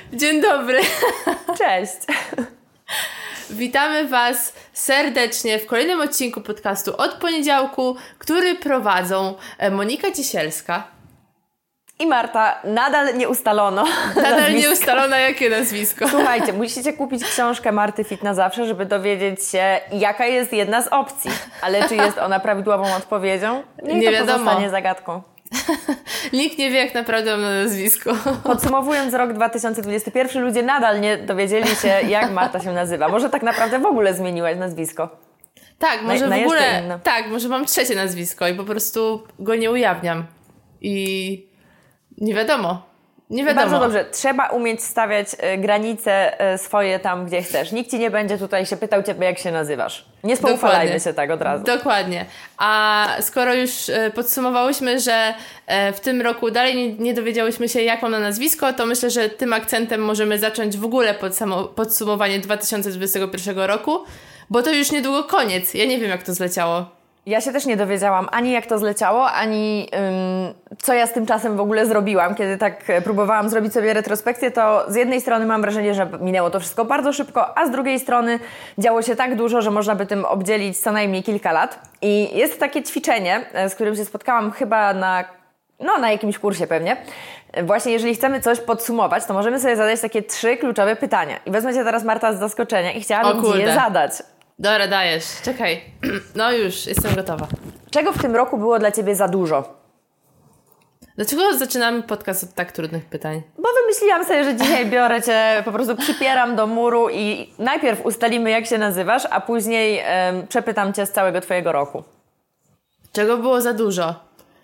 Dzień dobry. Cześć. Witamy Was serdecznie w kolejnym odcinku podcastu Od Poniedziałku, który prowadzą Monika Ciesielska i Marta. Nadal nie ustalono. Nadal nie ustalono, jakie nazwisko. Słuchajcie, musicie kupić książkę Marty Fit na zawsze, żeby dowiedzieć się, jaka jest jedna z opcji. Ale czy jest ona prawidłową odpowiedzią? Nie wiadomo. Pozostanie zagadką. Nikt nie wie, jak naprawdę mam na nazwisko. Podsumowując rok 2021, ludzie nadal nie dowiedzieli się, jak Marta się nazywa. Może tak naprawdę w ogóle zmieniłaś nazwisko. Tak, może w ogóle. Inne. Tak, może mam trzecie nazwisko i po prostu go nie ujawniam. I nie wiadomo. Nie wiadomo. Bardzo dobrze. Trzeba umieć stawiać granice swoje tam, gdzie chcesz. Nikt ci nie będzie tutaj się pytał ciebie, jak się nazywasz. Nie spoufalajmy się tak od razu. Dokładnie. A skoro już podsumowałyśmy, że w tym roku dalej nie dowiedziałyśmy się, jak mam na nazwisko, to myślę, że tym akcentem możemy zacząć w ogóle podsumowanie 2021 roku, bo to już niedługo koniec. Ja nie wiem, jak to zleciało. Ja się też nie dowiedziałam ani jak to zleciało, ani co ja z tym czasem w ogóle zrobiłam. Kiedy tak próbowałam zrobić sobie retrospekcję, to z jednej strony mam wrażenie, że minęło to wszystko bardzo szybko, a z drugiej strony działo się tak dużo, że można by tym obdzielić co najmniej kilka lat. I jest takie ćwiczenie, z którym się spotkałam chyba na jakimś kursie pewnie. Właśnie jeżeli chcemy coś podsumować, to możemy sobie zadać takie 3 kluczowe pytania. I wezmę cię teraz, Marta, z zaskoczenia i chciałabym ci je zadać. Dobra, dajesz. Czekaj. No już, jestem gotowa. Czego w tym roku było dla ciebie za dużo? Dlaczego zaczynamy podcast od tak trudnych pytań? Bo wymyśliłam sobie, że dzisiaj biorę cię, po prostu przypieram do muru i najpierw ustalimy, jak się nazywasz, a później przepytam cię z całego twojego roku. Czego było za dużo?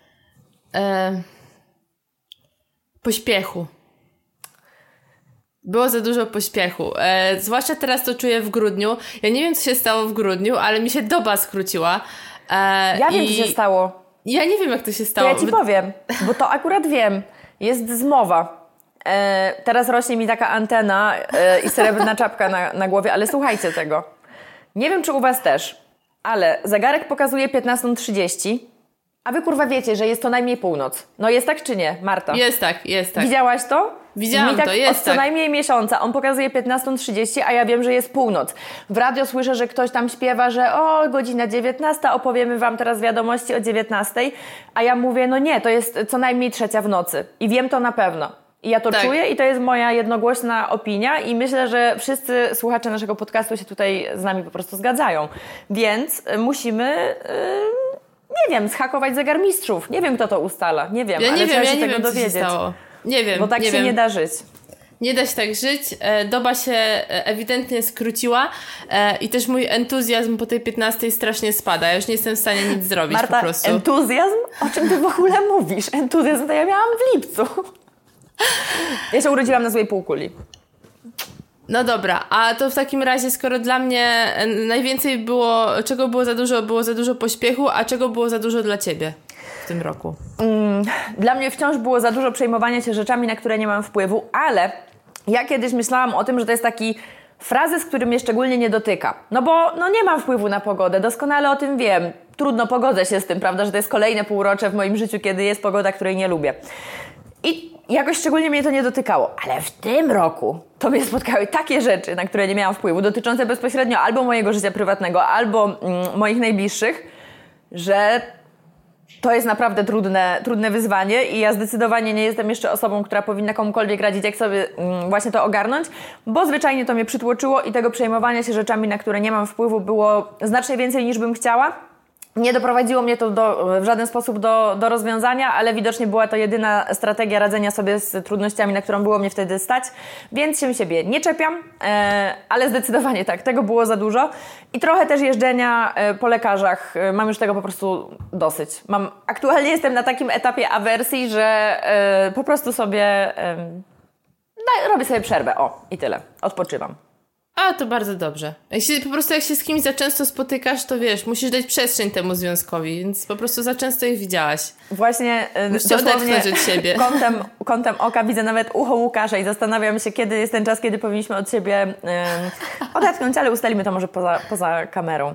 Pośpiechu. Było za dużo pośpiechu. Zwłaszcza teraz to czuję w grudniu. Ja nie wiem, co się stało w grudniu, ale mi się doba skróciła. Ja wiem, co się stało. Ja nie wiem, jak to się stało. To ja ci powiem, bo to akurat wiem. Jest zmowa. Teraz rośnie mi taka antena i srebrna czapka na głowie, ale słuchajcie tego. Nie wiem, czy u was też, ale zegarek pokazuje 15:30, a wy kurwa wiecie, że jest to najmniej północ. No jest tak czy nie, Marta? Jest tak, jest tak. Widziałaś to? Widziałam mi tak to, jest od co najmniej miesiąca. On pokazuje 15:30, a ja wiem, że jest północ. W radio słyszę, że ktoś tam śpiewa, że godzina 19, opowiemy wam teraz wiadomości o 19, a ja mówię, no nie, to jest co najmniej 3 w nocy. I wiem to na pewno. I ja to czuję i to jest moja jednogłośna opinia i myślę, że wszyscy słuchacze naszego podcastu się tutaj z nami po prostu zgadzają. Więc musimy... nie wiem, zhakować zegarmistrzów. Nie wiem, kto to ustala. Nie wiem, ale trzeba się tego dowiedzieć. Co się stało. Nie wiem, bo tak się nie da żyć. Nie da się tak żyć. Doba się ewidentnie skróciła i też mój entuzjazm po tej 15 strasznie spada. Ja już nie jestem w stanie nic zrobić. Marta, po prostu. Entuzjazm? O czym ty w ogóle mówisz? Entuzjazm to ja miałam w lipcu. Ja się urodziłam na złej półkuli. No dobra, a to w takim razie, skoro dla mnie najwięcej czego było za dużo pośpiechu, a czego było za dużo dla ciebie w tym roku? Dla mnie wciąż było za dużo przejmowania się rzeczami, na które nie mam wpływu, ale ja kiedyś myślałam o tym, że to jest taki frazes, który mnie szczególnie nie dotyka. No bo nie mam wpływu na pogodę, doskonale o tym wiem. Trudno pogodzę się z tym, prawda, że to jest kolejne półrocze w moim życiu, kiedy jest pogoda, której nie lubię. I jakoś szczególnie mnie to nie dotykało. Ale w tym roku to mnie spotkały takie rzeczy, na które nie miałam wpływu, dotyczące bezpośrednio albo mojego życia prywatnego, albo moich najbliższych, że to jest naprawdę trudne wyzwanie i ja zdecydowanie nie jestem jeszcze osobą, która powinna komukolwiek radzić, jak sobie właśnie to ogarnąć, bo zwyczajnie to mnie przytłoczyło i tego przejmowania się rzeczami, na które nie mam wpływu, było znacznie więcej niż bym chciała. Nie doprowadziło mnie to w żaden sposób do rozwiązania, ale widocznie była to jedyna strategia radzenia sobie z trudnościami, na którą było mnie wtedy stać, więc się siebie nie czepiam, ale zdecydowanie tak, tego było za dużo i trochę też jeżdżenia po lekarzach, mam już tego po prostu dosyć. Aktualnie jestem na takim etapie awersji, że po prostu sobie robię sobie przerwę, i tyle, odpoczywam. A, to bardzo dobrze. Jak się z kimś za często spotykasz, to wiesz, musisz dać przestrzeń temu związkowi, więc po prostu za często ich widziałaś. Właśnie musisz odetchnąć od siebie. Kątem oka widzę nawet ucho Łukasza i zastanawiam się, kiedy jest ten czas, kiedy powinniśmy od siebie odetchnąć, ale ustalimy to może poza kamerą.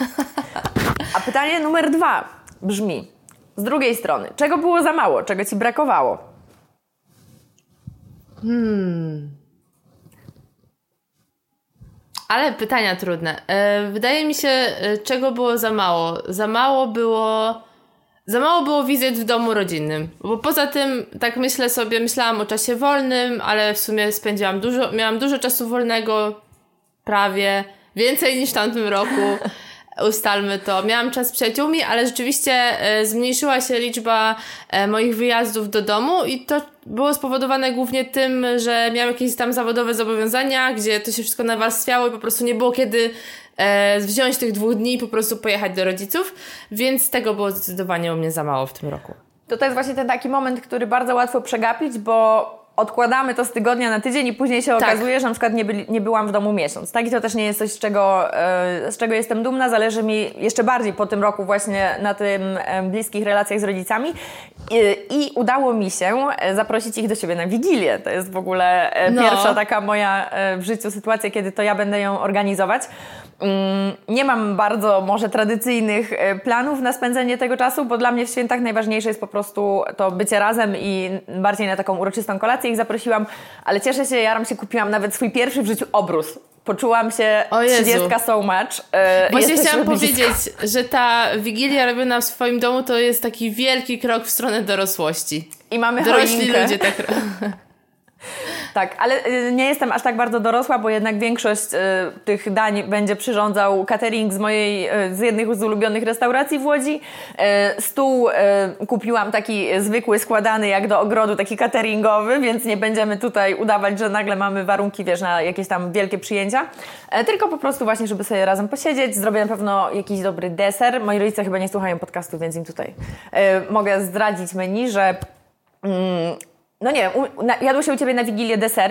A pytanie numer 2 brzmi, z drugiej strony, czego było za mało, czego ci brakowało? Ale pytania trudne. Wydaje mi się, czego było za mało. Za mało było wizyt w domu rodzinnym. Bo poza tym, tak myślałam o czasie wolnym, ale w sumie miałam dużo czasu wolnego, prawie, więcej niż w tamtym roku. Ustalmy to. Miałam czas z przyjaciółmi, ale rzeczywiście zmniejszyła się liczba moich wyjazdów do domu i to było spowodowane głównie tym, że miałam jakieś tam zawodowe zobowiązania, gdzie to się wszystko nawarstwiało i po prostu nie było kiedy wziąć tych 2 dni i po prostu pojechać do rodziców, więc tego było zdecydowanie u mnie za mało w tym roku. To jest właśnie ten taki moment, który bardzo łatwo przegapić, bo odkładamy to z tygodnia na tydzień i później się okazuje, że na przykład nie byłam w domu miesiąc. Tak? I to też nie jest coś, z czego jestem dumna. Zależy mi jeszcze bardziej po tym roku właśnie na tym bliskich relacjach z rodzicami. I udało mi się zaprosić ich do siebie na Wigilię. To jest w ogóle pierwsza taka moja w życiu sytuacja, kiedy to ja będę ją organizować. Nie mam bardzo może tradycyjnych planów na spędzenie tego czasu, bo dla mnie w świętach najważniejsze jest po prostu to bycie razem i bardziej na taką uroczystą kolację ich zaprosiłam, ale cieszę się, jaram się, kupiłam nawet swój pierwszy w życiu obrus. Poczułam się 30 so much. Właśnie chciałam powiedzieć, że ta Wigilia robiona w swoim domu to jest taki wielki krok w stronę dorosłości. I mamy dorośli choinkę. Ludzie tak. Tak, ale nie jestem aż tak bardzo dorosła, bo jednak większość tych dań będzie przyrządzał catering z jednych z ulubionych restauracji w Łodzi. Stół kupiłam taki zwykły, składany jak do ogrodu, taki cateringowy, więc nie będziemy tutaj udawać, że nagle mamy warunki, na jakieś tam wielkie przyjęcia. Tylko po prostu właśnie, żeby sobie razem posiedzieć. Zrobię na pewno jakiś dobry deser. Moi rodzice chyba nie słuchają podcastu, więc im tutaj mogę zdradzić menu, że... No nie wiem, jadło się u Ciebie na Wigilię desery?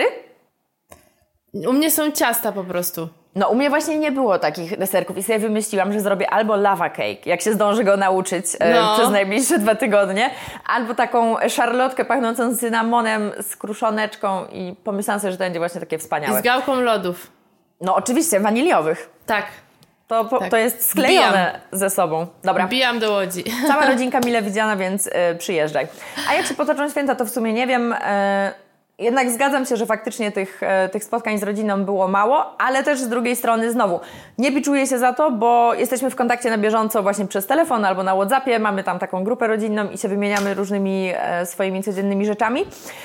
U mnie są ciasta po prostu. No u mnie właśnie nie było takich deserków i sobie wymyśliłam, że zrobię albo lava cake, jak się zdążę go nauczyć przez najbliższe 2 tygodnie, albo taką szarlotkę pachnącą cynamonem z kruszoneczką i pomyślałam sobie, że to będzie właśnie takie wspaniałe. I z gałką lodów. No oczywiście, waniliowych. Tak. To jest sklejone ze sobą. Dobra. Bijam do Łodzi. Cała rodzinka mile widziana, więc przyjeżdżaj. A jak się potoczą święta, to w sumie nie wiem. Jednak zgadzam się, że faktycznie tych spotkań z rodziną było mało, ale też z drugiej strony znowu nie biczuję się za to, bo jesteśmy w kontakcie na bieżąco właśnie przez telefon albo na WhatsAppie. Mamy tam taką grupę rodzinną i się wymieniamy różnymi swoimi codziennymi rzeczami.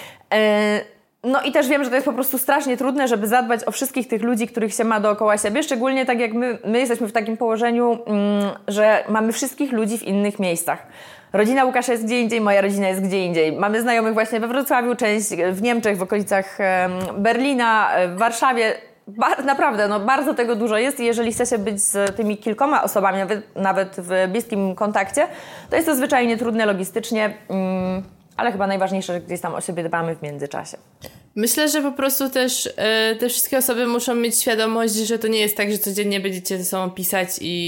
No i też wiem, że to jest po prostu strasznie trudne, żeby zadbać o wszystkich tych ludzi, których się ma dookoła siebie, szczególnie tak jak my jesteśmy w takim położeniu, że mamy wszystkich ludzi w innych miejscach. Rodzina Łukasza jest gdzie indziej, moja rodzina jest gdzie indziej. Mamy znajomych właśnie we Wrocławiu, część w Niemczech, w okolicach Berlina, w Warszawie. Naprawdę, bardzo tego dużo jest i jeżeli chce się być z tymi kilkoma osobami, nawet w bliskim kontakcie, to jest to zwyczajnie trudne logistycznie, ale chyba najważniejsze, że gdzieś tam o siebie dbamy w międzyczasie. Myślę, że po prostu też te wszystkie osoby muszą mieć świadomość, że to nie jest tak, że codziennie będziecie ze sobą pisać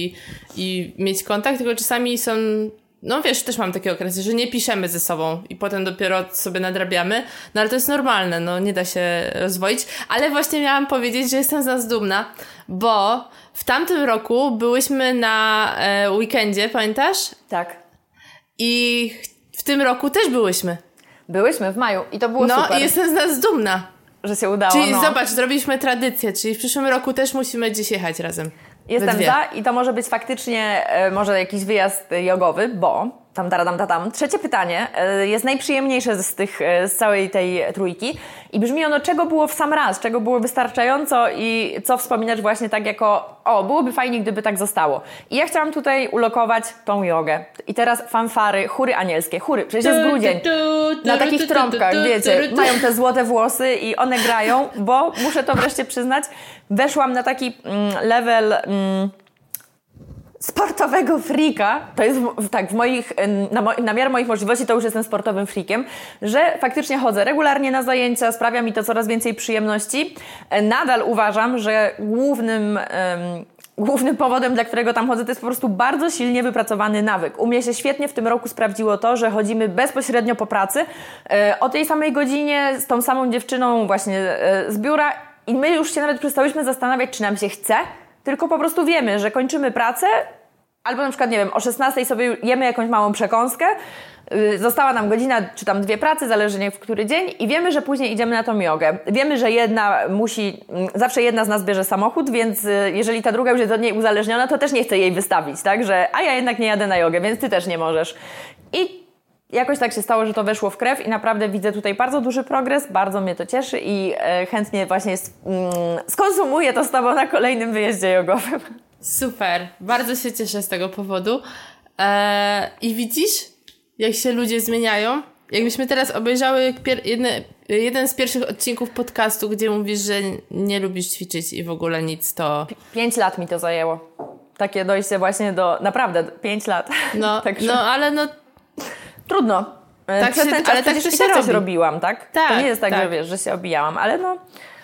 i mieć kontakt, tylko czasami są... No wiesz, też mam takie okresy, że nie piszemy ze sobą i potem dopiero sobie nadrabiamy, no ale to jest normalne, nie da się rozwoić, ale właśnie miałam powiedzieć, że jestem z nas dumna, bo w tamtym roku byłyśmy na weekendzie, pamiętasz? Tak. I w tym roku też byłyśmy. Byłyśmy w maju i to było super. No i jestem z nas dumna. Że się udało. Czyli zobacz, zrobiliśmy tradycję, czyli w przyszłym roku też musimy gdzieś jechać razem. Jestem za i to może być faktycznie może jakiś wyjazd jogowy, bo trzecie pytanie jest najprzyjemniejsze z całej tej trójki i brzmi ono, czego było w sam raz, czego było wystarczająco i co wspominasz właśnie tak jako, byłoby fajnie, gdyby tak zostało. I ja chciałam tutaj ulokować tą jogę. I teraz fanfary, chóry anielskie, przecież jest grudzień. Na takich trąbkach, wiecie, mają te złote włosy i one grają, bo muszę to wreszcie przyznać, weszłam na taki level... sportowego freaka, to jest tak, na miarę moich możliwości to już jestem sportowym freakiem, że faktycznie chodzę regularnie na zajęcia, sprawia mi to coraz więcej przyjemności. Nadal uważam, że głównym powodem, dla którego tam chodzę, to jest po prostu bardzo silnie wypracowany nawyk. U mnie się świetnie w tym roku sprawdziło to, że chodzimy bezpośrednio po pracy, o tej samej godzinie, z tą samą dziewczyną właśnie z biura i my już się nawet przestałyśmy zastanawiać, czy nam się chce, tylko po prostu wiemy, że kończymy pracę Albo na przykład, nie wiem, o 16 sobie jemy jakąś małą przekąskę, została nam godzina czy tam 2 pracy, zależy w który dzień i wiemy, że później idziemy na tą jogę. Wiemy, że zawsze jedna z nas bierze samochód, więc jeżeli ta druga już jest od niej uzależniona, to też nie chce jej wystawić, tak? A ja jednak nie jadę na jogę, więc ty też nie możesz. I jakoś tak się stało, że to weszło w krew i naprawdę widzę tutaj bardzo duży progres, bardzo mnie to cieszy i chętnie właśnie skonsumuję to z Tobą na kolejnym wyjeździe jogowym. Super, bardzo się cieszę z tego powodu. I widzisz, jak się ludzie zmieniają? Jakbyśmy teraz obejrzały jeden z pierwszych odcinków podcastu, gdzie mówisz, że nie lubisz ćwiczyć i w ogóle nic, to... 5 lat mi to zajęło. Takie dojście właśnie do... Naprawdę, 5 lat. No, ale trudno. Tak Przez ten czas ale tak przecież się coś robi. robiłam, tak? Tak, to nie jest tak, tak. że wiesz, że się obijałam, ale no...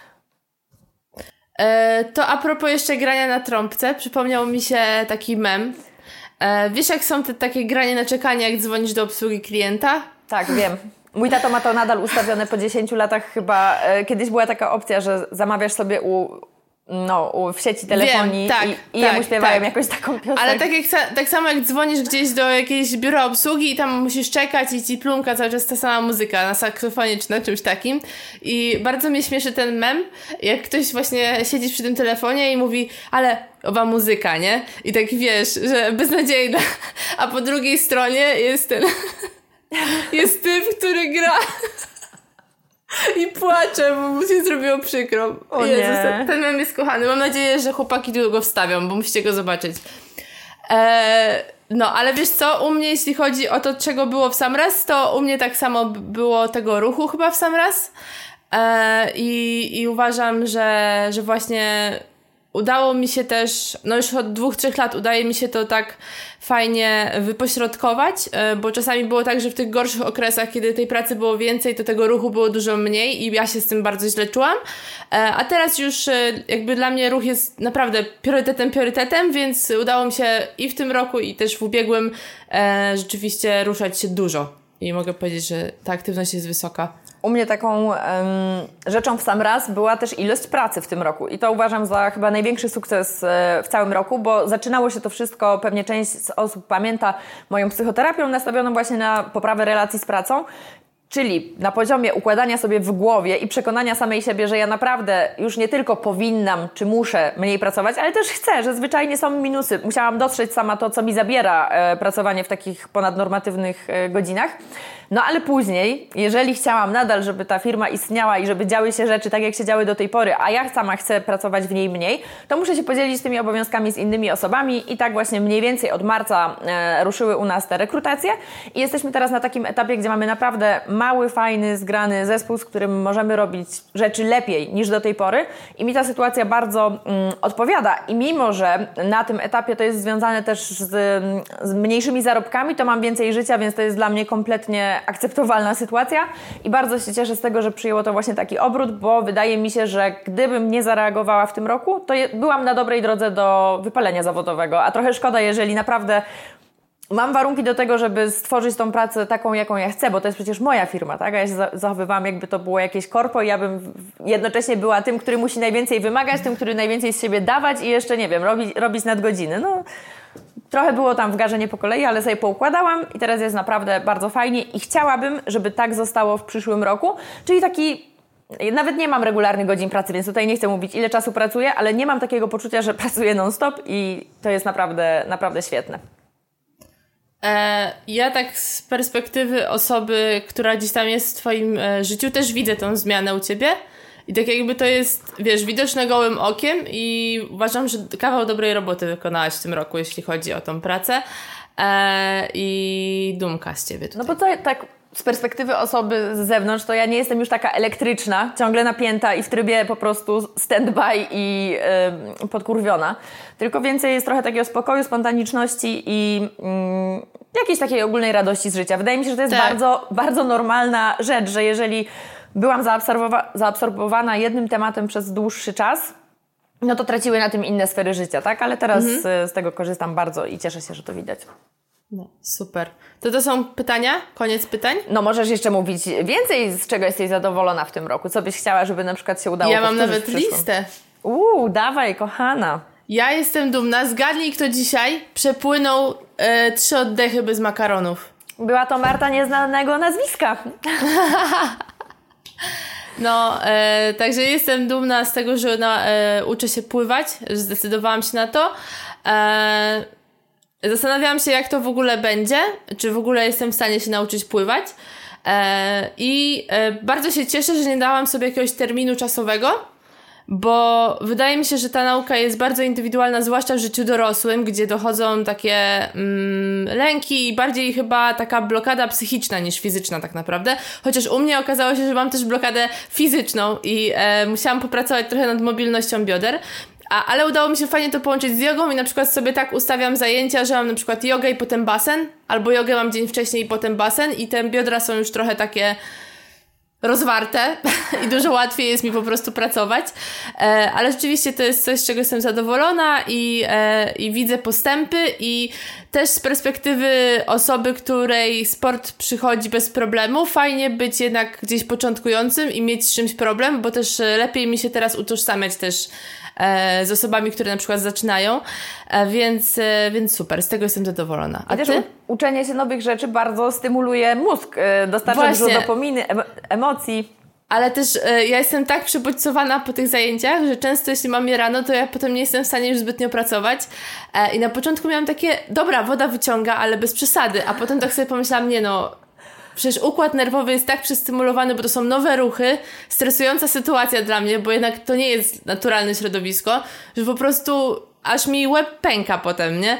To a propos jeszcze grania na trąbce, przypomniał mi się taki mem. Wiesz, jak są te takie granie na czekanie, jak dzwonisz do obsługi klienta? Tak, wiem. Mój tato ma to nadal ustawione po 10 latach chyba. Kiedyś była taka opcja, że zamawiasz sobie w sieci telefonii i jemu śpiewają jakąś taką piosenkę. Ale tak samo jak dzwonisz gdzieś do jakiejś biura obsługi i tam musisz czekać i ci plumka cały czas ta sama muzyka na saksofonie czy na czymś takim. I bardzo mnie śmieszy ten mem, jak ktoś właśnie siedzi przy tym telefonie i mówi, ale owa muzyka, nie? I tak wiesz, że beznadziejna. A po drugiej stronie jest jest typ, który gra i płacze, bo mu się zrobiło przykro. O Jezus, nie. Ten mem jest kochany. Mam nadzieję, że chłopaki tu go wstawią, bo musicie go zobaczyć. Ale wiesz co? U mnie, jeśli chodzi o to, czego było w sam raz, to u mnie tak samo było tego ruchu chyba w sam raz. I uważam, że właśnie udało mi się też, już od 2-3 lat udaje mi się to tak fajnie wypośrodkować, bo czasami było tak, że w tych gorszych okresach, kiedy tej pracy było więcej, to tego ruchu było dużo mniej i ja się z tym bardzo źle czułam. A teraz już jakby dla mnie ruch jest naprawdę priorytetem, więc udało mi się i w tym roku, i też w ubiegłym rzeczywiście ruszać się dużo. I mogę powiedzieć, że ta aktywność jest wysoka. U mnie taką rzeczą w sam raz była też ilość pracy w tym roku i to uważam za chyba największy sukces w całym roku, bo zaczynało się to wszystko, pewnie część z osób pamięta moją psychoterapią nastawioną właśnie na poprawę relacji z pracą, czyli na poziomie układania sobie w głowie i przekonania samej siebie, że ja naprawdę już nie tylko powinnam czy muszę mniej pracować, ale też chcę, że zwyczajnie są minusy. Musiałam dotrzeć sama to, co mi zabiera pracowanie w takich ponadnormatywnych godzinach. No ale później, jeżeli chciałam nadal, żeby ta firma istniała i żeby działy się rzeczy tak, jak się działy do tej pory, a ja sama chcę pracować w niej mniej, to muszę się podzielić tymi obowiązkami z innymi osobami i tak właśnie mniej więcej od marca ruszyły u nas te rekrutacje i jesteśmy teraz na takim etapie, gdzie mamy naprawdę mały, fajny, zgrany zespół, z którym możemy robić rzeczy lepiej niż do tej pory i mi ta sytuacja bardzo odpowiada i mimo, że na tym etapie to jest związane też z mniejszymi zarobkami, to mam więcej życia, więc to jest dla mnie kompletnie akceptowalna sytuacja i bardzo się cieszę z tego, że przyjęło to właśnie taki obrót, bo wydaje mi się, że gdybym nie zareagowała w tym roku, to byłam na dobrej drodze do wypalenia zawodowego, a trochę szkoda, jeżeli naprawdę mam warunki do tego, żeby stworzyć tą pracę taką, jaką ja chcę, bo to jest przecież moja firma, tak? A ja się zachowywałam, jakby to było jakieś korpo i ja bym jednocześnie była tym, który musi najwięcej wymagać, tym, który najwięcej z siebie dawać i jeszcze, nie wiem, robić nadgodziny. No, trochę było tam w garze nie po kolei, ale sobie poukładałam i teraz jest naprawdę bardzo fajnie i chciałabym, żeby tak zostało w przyszłym roku, czyli taki... Nawet nie mam regularnych godzin pracy, więc tutaj nie chcę mówić, ile czasu pracuję, ale nie mam takiego poczucia, że pracuję non-stop i to jest naprawdę, naprawdę świetne. Ja tak z perspektywy osoby, która gdzieś tam jest w twoim życiu, też widzę tą zmianę u ciebie i tak jakby to jest, wiesz, widoczne gołym okiem i uważam, że kawał dobrej roboty wykonałaś w tym roku, jeśli chodzi o tą pracę i dumka z ciebie tutaj. No bo to tak z perspektywy osoby z zewnątrz, to ja nie jestem już taka elektryczna, ciągle napięta i w trybie po prostu stand-by i podkurwiona. Tylko więcej jest trochę takiego spokoju, spontaniczności i jakiejś takiej ogólnej radości z życia. Wydaje mi się, że to jest bardzo, bardzo normalna rzecz, że jeżeli byłam zaabsorbowana jednym tematem przez dłuższy czas, no to traciły na tym inne sfery życia, tak? Ale teraz z tego korzystam bardzo i cieszę się, że to widać. No, super. To są pytania? Koniec pytań? No możesz jeszcze mówić więcej, z czego jesteś zadowolona w tym roku. Co byś chciała, żeby na przykład się udało Ja mam powtórzyć nawet w przyszłym? listę. Dawaj, kochana. Ja jestem dumna. Zgadnij, kto dzisiaj przepłynął 3 oddechy bez makaronów. Była to Marta nieznanego nazwiska. No, także jestem dumna z tego, że uczę się pływać, że zdecydowałam się na to. Zastanawiałam się, jak to w ogóle będzie, czy w ogóle jestem w stanie się nauczyć pływać. I bardzo się cieszę, że nie dałam sobie jakiegoś terminu czasowego, bo wydaje mi się, że ta nauka jest bardzo indywidualna, zwłaszcza w życiu dorosłym, gdzie dochodzą takie lęki i bardziej chyba taka blokada psychiczna niż fizyczna tak naprawdę. Chociaż u mnie okazało się, że mam też blokadę fizyczną i musiałam popracować trochę nad mobilnością bioder. Ale udało mi się fajnie to połączyć z jogą i na przykład sobie tak ustawiam zajęcia, że mam na przykład jogę i potem basen, albo jogę mam dzień wcześniej i potem basen i te biodra są już trochę takie rozwarte i dużo łatwiej jest mi po prostu pracować, ale rzeczywiście to jest coś, z czego jestem zadowolona i widzę postępy i też z perspektywy osoby, której sport przychodzi bez problemu, fajnie być jednak gdzieś początkującym i mieć z czymś problem, bo też lepiej mi się teraz utożsamiać też z osobami, które na przykład zaczynają, więc super, z tego jestem zadowolona. A też ty? Uczenie się nowych rzeczy bardzo stymuluje mózg, dostarcza dużo dopaminy, emocji. Ale też ja jestem tak przebodźcowana po tych zajęciach, że często jeśli mam je rano, to ja potem nie jestem w stanie już zbytnio pracować i na początku miałam takie, dobra, woda wyciąga, ale bez przesady, a potem tak sobie pomyślałam, nie no, przecież układ nerwowy jest tak przestymulowany, bo to są nowe ruchy, stresująca sytuacja dla mnie, bo jednak to nie jest naturalne środowisko, że po prostu aż mi łeb pęka potem, nie?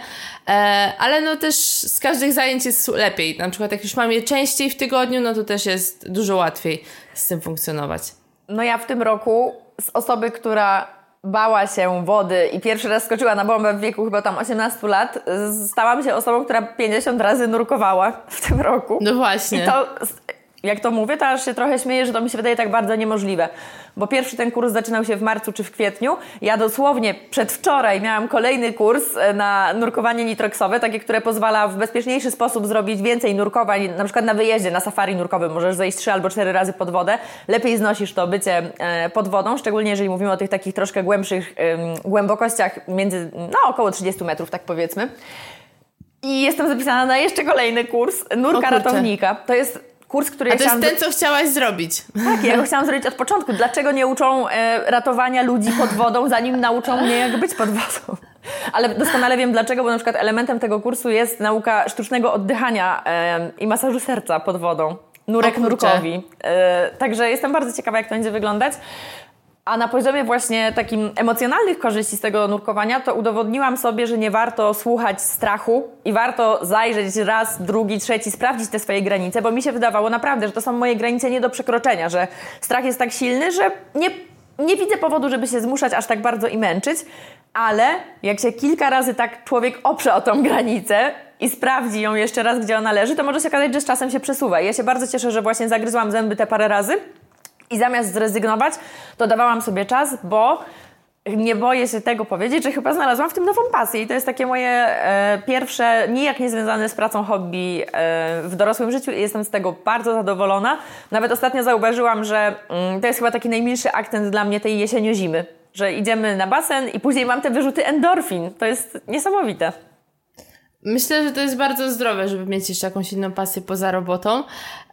Ale no też z każdych zajęć jest lepiej. Na przykład jak już mam je częściej w tygodniu, no to też jest dużo łatwiej z tym funkcjonować. No ja w tym roku z osoby, która bała się wody i pierwszy raz skoczyła na bombę w wieku chyba tam 18 lat, stałam się osobą, która 50 razy nurkowała w tym roku. No właśnie. I to, jak to mówię, to aż się trochę śmieję, że to mi się wydaje tak bardzo niemożliwe. Bo pierwszy ten kurs zaczynał się w marcu czy w kwietniu. Ja dosłownie przedwczoraj miałam kolejny kurs na nurkowanie nitroksowe, takie, które pozwala w bezpieczniejszy sposób zrobić więcej nurkowań. Na przykład na wyjeździe, na safari nurkowym możesz zejść 3 albo 4 razy pod wodę. Lepiej znosisz to bycie pod wodą, szczególnie jeżeli mówimy o tych takich troszkę głębszych głębokościach między, około 30 metrów, tak powiedzmy. I jestem zapisana na jeszcze kolejny kurs nurka ratownika. To jest kurs, który A to jest ten, co chciałaś zrobić. Tak, ja go chciałam zrobić od początku. Dlaczego nie uczą ratowania ludzi pod wodą, zanim nauczą mnie, jak być pod wodą? Ale doskonale wiem dlaczego, bo na przykład elementem tego kursu jest nauka sztucznego oddychania i masażu serca pod wodą. Nurek nurkowi. Także jestem bardzo ciekawa, jak to będzie wyglądać. A na poziomie właśnie takim emocjonalnych korzyści z tego nurkowania, to udowodniłam sobie, że nie warto słuchać strachu i warto zajrzeć raz, drugi, trzeci, sprawdzić te swoje granice, bo mi się wydawało naprawdę, że to są moje granice nie do przekroczenia, że strach jest tak silny, że nie widzę powodu, żeby się zmuszać aż tak bardzo i męczyć, ale jak się kilka razy tak człowiek oprze o tą granicę i sprawdzi ją jeszcze raz, gdzie ona leży, to może się okazać, że z czasem się przesuwa. I ja się bardzo cieszę, że właśnie zagryzłam zęby te parę razy, i zamiast zrezygnować, to dawałam sobie czas, bo nie boję się tego powiedzieć, że chyba znalazłam w tym nową pasję. I to jest takie moje pierwsze, nijak niezwiązane z pracą hobby w dorosłym życiu i jestem z tego bardzo zadowolona. Nawet ostatnio zauważyłam, że to jest chyba taki najmilszy akcent dla mnie tej jesienio-zimy. Że idziemy na basen i później mam te wyrzuty endorfin. To jest niesamowite. Myślę, że to jest bardzo zdrowe, żeby mieć jeszcze jakąś inną pasję poza robotą.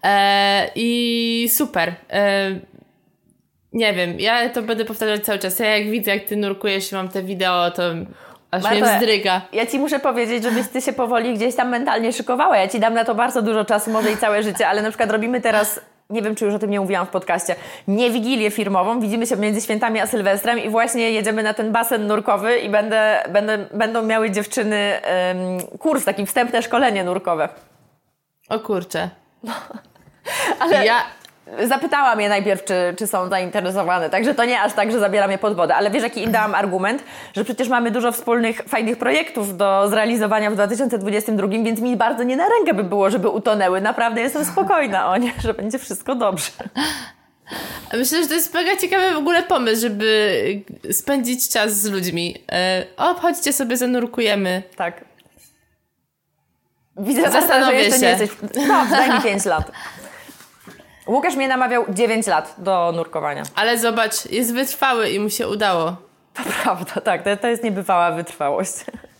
I super. Nie wiem, ja to będę powtarzać cały czas. Ja jak widzę, jak ty nurkujesz i mam te wideo, to aż mnie wzdryga. Ja ci muszę powiedzieć, żebyś ty się powoli gdzieś tam mentalnie szykowała. Ja ci dam na to bardzo dużo czasu, może i całe życie, ale na przykład robimy teraz, nie wiem, czy już o tym nie mówiłam w podcaście, nie wigilię firmową, widzimy się między świętami a Sylwestrem i właśnie jedziemy na ten basen nurkowy i będą miały dziewczyny kurs, takie wstępne szkolenie nurkowe. O kurczę. Ale zapytałam je najpierw, czy są zainteresowane, także to nie aż tak, że zabieram je pod wodę, ale wiesz, jaki im dałam argument? Że przecież mamy dużo wspólnych, fajnych projektów do zrealizowania w 2022, więc mi bardzo nie na rękę by było, żeby utonęły. Naprawdę jestem spokojna o nie, że będzie wszystko dobrze. Myślę, że to jest mega ciekawy w ogóle pomysł, żeby spędzić czas z ludźmi. Chodźcie sobie, zanurkujemy. Tak. Widzę, że jeszcze nie jesteś... No, daj mi 5 lat. Łukasz mnie namawiał 9 lat do nurkowania. Ale zobacz, jest wytrwały i mu się udało. To prawda, tak, to jest niebywała wytrwałość.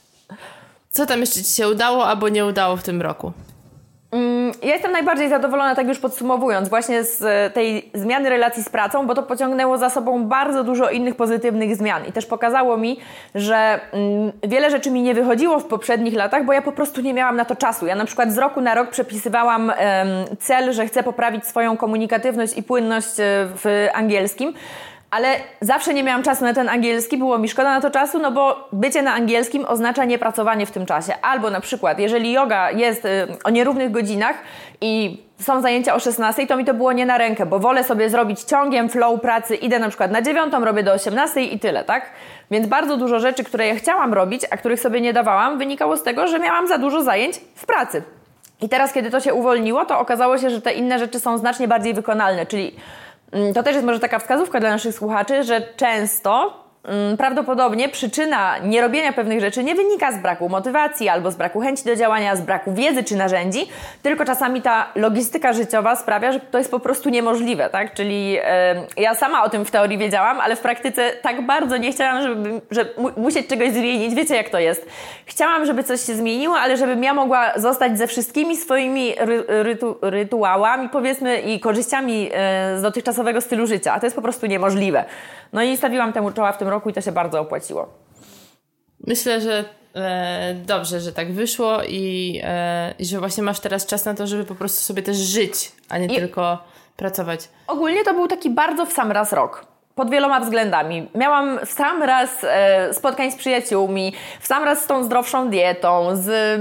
Co tam jeszcze Ci się udało albo nie udało w tym roku? Ja jestem najbardziej zadowolona, tak już podsumowując, właśnie z tej zmiany relacji z pracą, bo to pociągnęło za sobą bardzo dużo innych pozytywnych zmian i też pokazało mi, że wiele rzeczy mi nie wychodziło w poprzednich latach, bo ja po prostu nie miałam na to czasu. Ja na przykład z roku na rok przepisywałam cel, że chcę poprawić swoją komunikatywność i płynność w angielskim, ale zawsze nie miałam czasu na ten angielski, było mi szkoda na to czasu, no bo bycie na angielskim oznacza niepracowanie w tym czasie. Albo na przykład, jeżeli yoga jest o nierównych godzinach i są zajęcia o 16, to mi to było nie na rękę, bo wolę sobie zrobić ciągiem flow pracy, idę na przykład na 9, robię do 18 i tyle, tak? Więc bardzo dużo rzeczy, które ja chciałam robić, a których sobie nie dawałam, wynikało z tego, że miałam za dużo zajęć w pracy. I teraz, kiedy to się uwolniło, to okazało się, że te inne rzeczy są znacznie bardziej wykonalne, czyli to też jest może taka wskazówka dla naszych słuchaczy, że często prawdopodobnie przyczyna nierobienia pewnych rzeczy nie wynika z braku motywacji albo z braku chęci do działania, z braku wiedzy czy narzędzi, tylko czasami ta logistyka życiowa sprawia, że to jest po prostu niemożliwe, tak? Czyli ja sama o tym w teorii wiedziałam, ale w praktyce tak bardzo nie chciałam, żeby musieć czegoś zmienić. Wiecie, jak to jest? Chciałam, żeby coś się zmieniło, ale żebym ja mogła zostać ze wszystkimi swoimi rytuałami, powiedzmy, i korzyściami z dotychczasowego stylu życia, a to jest po prostu niemożliwe. No i stawiłam temu czoła w tym roku i to się bardzo opłaciło. Myślę, że dobrze, że tak wyszło i że właśnie masz teraz czas na to, żeby po prostu sobie też żyć, a nie tylko pracować. Ogólnie to był taki bardzo w sam raz rok. Pod wieloma względami. Miałam w sam raz spotkań z przyjaciółmi, w sam raz z tą zdrowszą dietą,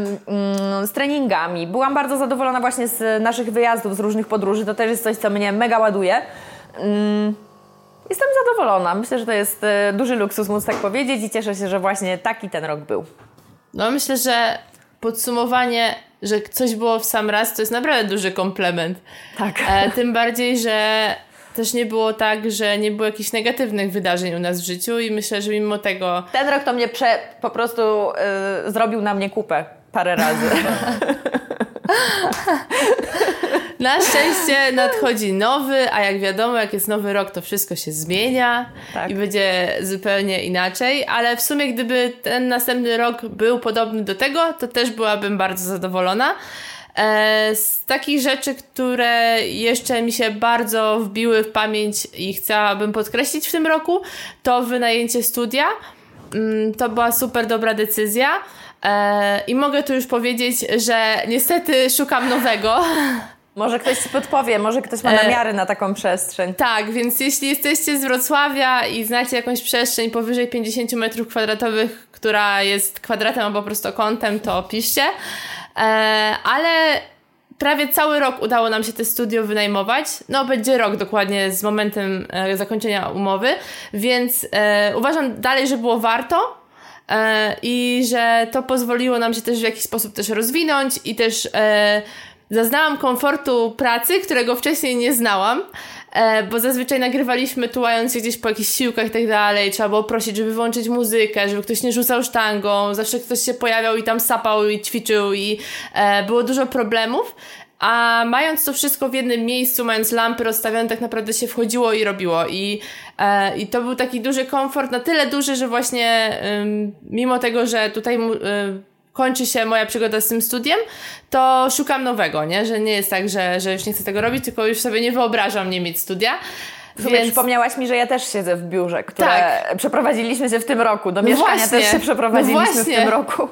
z treningami. Byłam bardzo zadowolona właśnie z naszych wyjazdów, z różnych podróży. To też jest coś, co mnie mega ładuje. Jestem zadowolona. Myślę, że to jest duży luksus móc tak powiedzieć i cieszę się, że właśnie taki ten rok był. No myślę, że podsumowanie, że coś było w sam raz, to jest naprawdę duży komplement. Tak. Tym bardziej, że też nie było tak, że nie było jakichś negatywnych wydarzeń u nas w życiu i myślę, że mimo tego... Ten rok to mnie po prostu zrobił na mnie kupę parę razy. Na szczęście nadchodzi nowy, a jak wiadomo, jak jest nowy rok, to wszystko się zmienia i będzie zupełnie inaczej, ale w sumie gdyby ten następny rok był podobny do tego, to też byłabym bardzo zadowolona. Z takich rzeczy, które jeszcze mi się bardzo wbiły w pamięć i chciałabym podkreślić w tym roku, to wynajęcie studia. To była super dobra decyzja. I mogę tu już powiedzieć, że niestety szukam nowego. Może ktoś ci podpowie, może ktoś ma namiary na taką przestrzeń. Tak, więc jeśli jesteście z Wrocławia i znacie jakąś przestrzeń powyżej 50 m2, która jest kwadratem albo prostokątem, to piszcie. Ale prawie cały rok udało nam się te studio wynajmować. No, będzie rok dokładnie z momentem zakończenia umowy, więc uważam dalej, że było warto. I że to pozwoliło nam się też w jakiś sposób też rozwinąć i też zaznałam komfortu pracy, którego wcześniej nie znałam, bo zazwyczaj nagrywaliśmy tułając się gdzieś po jakichś siłkach i tak dalej, trzeba było prosić, żeby wyłączyć muzykę, żeby ktoś nie rzucał sztangą, zawsze ktoś się pojawiał i tam sapał i ćwiczył i było dużo problemów. A mając to wszystko w jednym miejscu, mając lampy rozstawione, tak naprawdę się wchodziło i robiło. I to był taki duży komfort, na tyle duży, że właśnie mimo tego, że tutaj kończy się moja przygoda z tym studiem, to szukam nowego, nie? Że nie jest tak, że już nie chcę tego robić, tylko już sobie nie wyobrażam nie mieć studia. Więc przypomniałaś mi, że ja też siedzę w biurze, które przeprowadziliśmy się w tym roku. Do mieszkania też się przeprowadziliśmy w tym roku.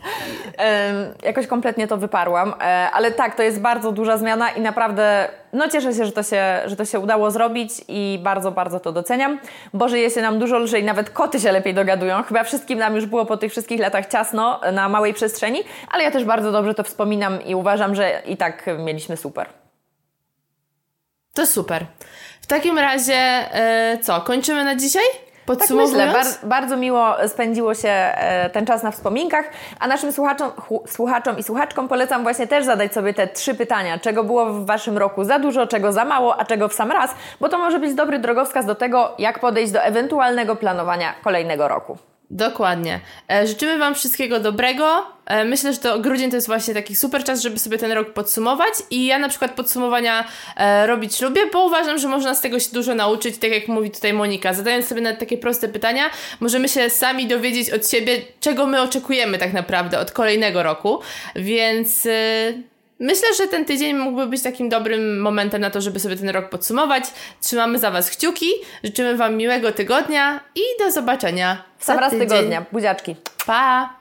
Jakoś kompletnie to wyparłam, ale tak, to jest bardzo duża zmiana i naprawdę cieszę się, że to się udało zrobić i bardzo, bardzo to doceniam, bo żyje się nam dużo lżej, nawet koty się lepiej dogadują. Chyba wszystkim nam już było po tych wszystkich latach ciasno na małej przestrzeni, ale ja też bardzo dobrze to wspominam i uważam, że i tak mieliśmy super. To super. W takim razie kończymy na dzisiaj? Tak myślę, bardzo miło spędziło się ten czas na wspominkach, a naszym słuchaczom i słuchaczkom polecam właśnie też zadać sobie te 3 pytania, czego było w Waszym roku za dużo, czego za mało, a czego w sam raz, bo to może być dobry drogowskaz do tego, jak podejść do ewentualnego planowania kolejnego roku. Dokładnie. Życzymy Wam wszystkiego dobrego. Myślę, że grudzień to jest właśnie taki super czas, żeby sobie ten rok podsumować i ja na przykład podsumowania robić lubię, bo uważam, że można z tego się dużo nauczyć, tak jak mówi tutaj Monika. Zadając sobie nawet takie proste pytania, możemy się sami dowiedzieć od siebie, czego my oczekujemy tak naprawdę od kolejnego roku, więc myślę, że ten tydzień mógłby być takim dobrym momentem na to, żeby sobie ten rok podsumować. Trzymamy za Was kciuki, życzymy Wam miłego tygodnia i do zobaczenia w sam raz tygodnia. Buziaczki. Pa!